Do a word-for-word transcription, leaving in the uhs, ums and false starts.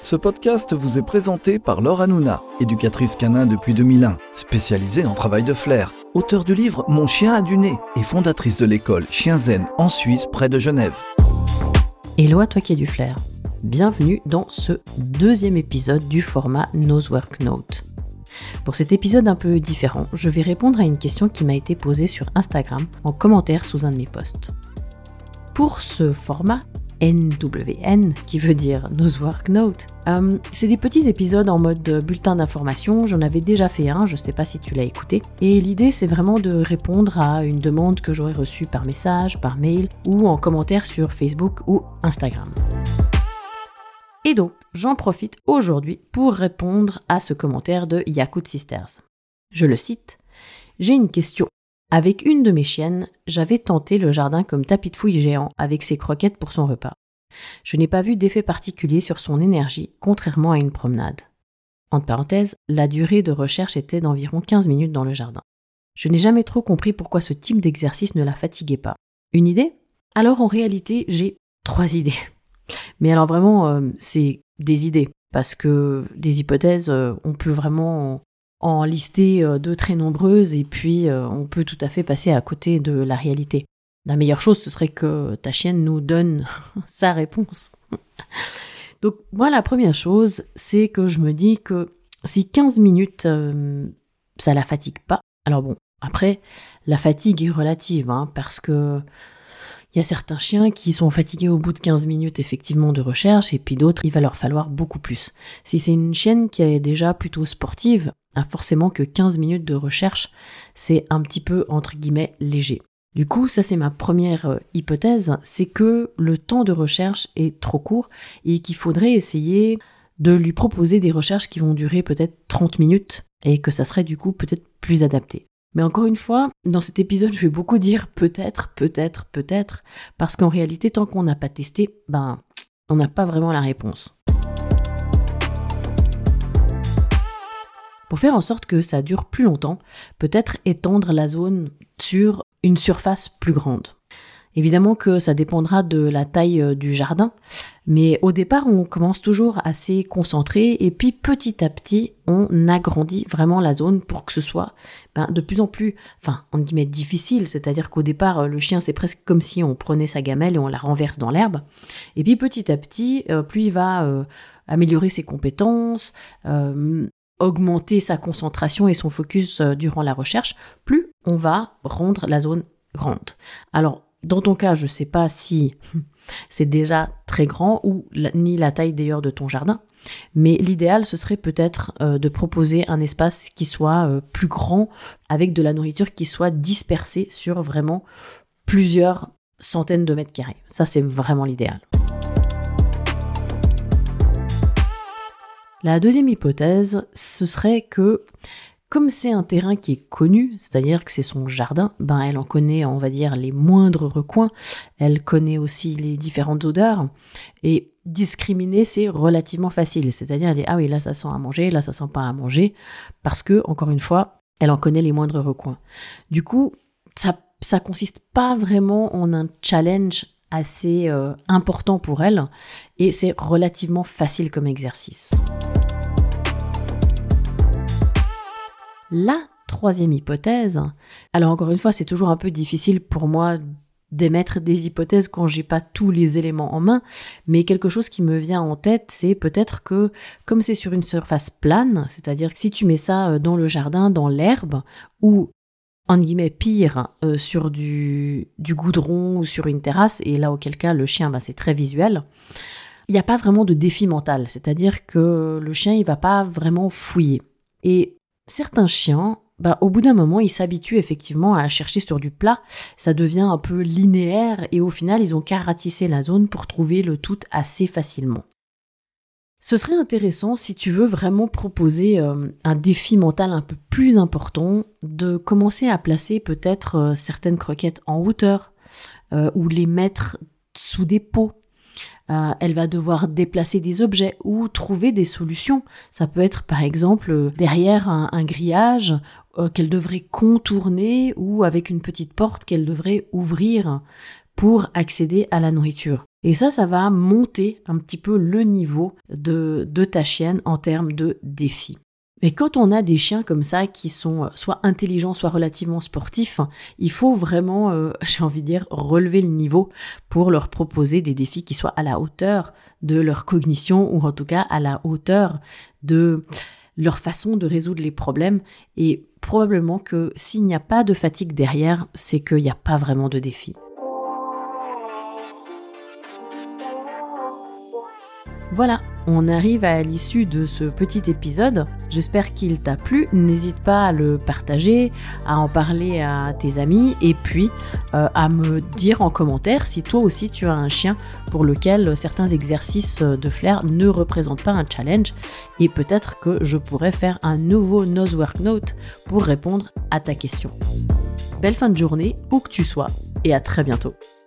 Ce podcast vous est présenté par Laure Hanouna, éducatrice canin depuis deux mille un, spécialisée en travail de flair, auteure du livre Mon chien a du nez et fondatrice de l'école Chien Zen en Suisse près de Genève. Hello à toi qui as du flair. Bienvenue dans ce deuxième épisode du format Nose Work Note. Pour cet épisode un peu différent, je vais répondre à une question qui m'a été posée sur Instagram en commentaire sous un de mes posts. Pour ce format, N W N, qui veut dire Nose Work Note, euh, c'est des petits épisodes en mode bulletin d'information. J'en avais déjà fait un, je ne sais pas si tu l'as écouté. Et l'idée, c'est vraiment de répondre à une demande que j'aurais reçue par message, par mail ou en commentaire sur Facebook ou Instagram. Et donc, j'en profite aujourd'hui pour répondre à ce commentaire de Yakut Sisters. Je le cite, « J'ai une question. Avec une de mes chiennes, j'avais tenté le jardin comme tapis de fouille géant avec ses croquettes pour son repas. Je n'ai pas vu d'effet particulier sur son énergie, contrairement à une promenade. Entre parenthèses, la durée de recherche était d'environ quinze minutes dans le jardin. Je n'ai jamais trop compris pourquoi ce type d'exercice ne la fatiguait pas. Une idée ? Alors en réalité, j'ai trois idées. Mais alors vraiment, euh, c'est des idées, parce que des hypothèses, euh, on peut vraiment en lister euh, de très nombreuses, et puis euh, on peut tout à fait passer à côté de la réalité. La meilleure chose, ce serait que ta chienne nous donne sa réponse. Donc moi, la première chose, c'est que je me dis que si quinze minutes, euh, ça la fatigue pas, alors bon, après, la fatigue est relative, hein, parce que il y a certains chiens qui sont fatigués au bout de quinze minutes effectivement de recherche et puis d'autres, il va leur falloir beaucoup plus. Si c'est une chienne qui est déjà plutôt sportive, forcément que quinze minutes de recherche, c'est un petit peu entre guillemets léger. Du coup, ça c'est ma première hypothèse, c'est que le temps de recherche est trop court et qu'il faudrait essayer de lui proposer des recherches qui vont durer peut-être trente minutes et que ça serait du coup peut-être plus adapté. Mais encore une fois, dans cet épisode, je vais beaucoup dire peut-être, peut-être, peut-être, parce qu'en réalité, tant qu'on n'a pas testé, ben, on n'a pas vraiment la réponse. Pour faire en sorte que ça dure plus longtemps, peut-être étendre la zone sur une surface plus grande. Évidemment que ça dépendra de la taille du jardin, mais au départ, on commence toujours assez concentré et puis petit à petit, on agrandit vraiment la zone pour que ce soit ben, de plus en plus, enfin, en guillemets, difficile, c'est-à-dire qu'au départ, le chien, c'est presque comme si on prenait sa gamelle et on la renverse dans l'herbe. Et puis petit à petit, euh, plus il va euh, améliorer ses compétences, euh, augmenter sa concentration et son focus euh, durant la recherche, plus on va rendre la zone grande. Alors, dans ton cas, je ne sais pas si c'est déjà très grand ou la, ni la taille d'ailleurs de ton jardin, mais l'idéal, ce serait peut-être euh, de proposer un espace qui soit euh, plus grand, avec de la nourriture qui soit dispersée sur vraiment plusieurs centaines de mètres carrés. Ça, c'est vraiment l'idéal. La deuxième hypothèse, ce serait que comme c'est un terrain qui est connu, c'est-à-dire que c'est son jardin, ben elle en connaît, on va dire, les moindres recoins, elle connaît aussi les différentes odeurs, et discriminer, c'est relativement facile, c'est-à-dire elle dit « Ah oui, là ça sent à manger, là ça sent pas à manger », parce que, encore une fois, elle en connaît les moindres recoins. Du coup, ça, ça consiste pas vraiment en un challenge assez euh, important pour elle, et c'est relativement facile comme exercice. La troisième hypothèse, alors encore une fois, c'est toujours un peu difficile pour moi d'émettre des hypothèses quand j'ai pas tous les éléments en main, mais quelque chose qui me vient en tête, c'est peut-être que, comme c'est sur une surface plane, c'est-à-dire que si tu mets ça dans le jardin, dans l'herbe, ou en guillemets pire, euh, sur du, du goudron ou sur une terrasse, et là auquel cas le chien, bah, c'est très visuel, il n'y a pas vraiment de défi mental, c'est-à-dire que le chien, il va pas vraiment fouiller. Et certains chiens, bah, au bout d'un moment, ils s'habituent effectivement à chercher sur du plat. Ça devient un peu linéaire et au final, ils ont qu'à ratisser la zone pour trouver le tout assez facilement. Ce serait intéressant, si tu veux vraiment proposer euh, un défi mental un peu plus important, de commencer à placer peut-être euh, certaines croquettes en hauteur euh, ou les mettre sous des pots. Euh, elle va devoir déplacer des objets ou trouver des solutions. Ça peut être par exemple derrière un, un grillage euh, qu'elle devrait contourner ou avec une petite porte qu'elle devrait ouvrir pour accéder à la nourriture. Et ça, ça va monter un petit peu le niveau de, de ta chienne en termes de défis. Mais quand on a des chiens comme ça qui sont soit intelligents, soit relativement sportifs, il faut vraiment, euh, j'ai envie de dire, relever le niveau pour leur proposer des défis qui soient à la hauteur de leur cognition ou en tout cas à la hauteur de leur façon de résoudre les problèmes. Et probablement que s'il n'y a pas de fatigue derrière, c'est qu'il n'y a pas vraiment de défi. Voilà, on arrive à l'issue de ce petit épisode. J'espère qu'il t'a plu. N'hésite pas à le partager, à en parler à tes amis et puis euh, à me dire en commentaire si toi aussi tu as un chien pour lequel certains exercices de flair ne représentent pas un challenge et peut-être que je pourrais faire un nouveau Nose Work Note pour répondre à ta question. Belle fin de journée où que tu sois et à très bientôt.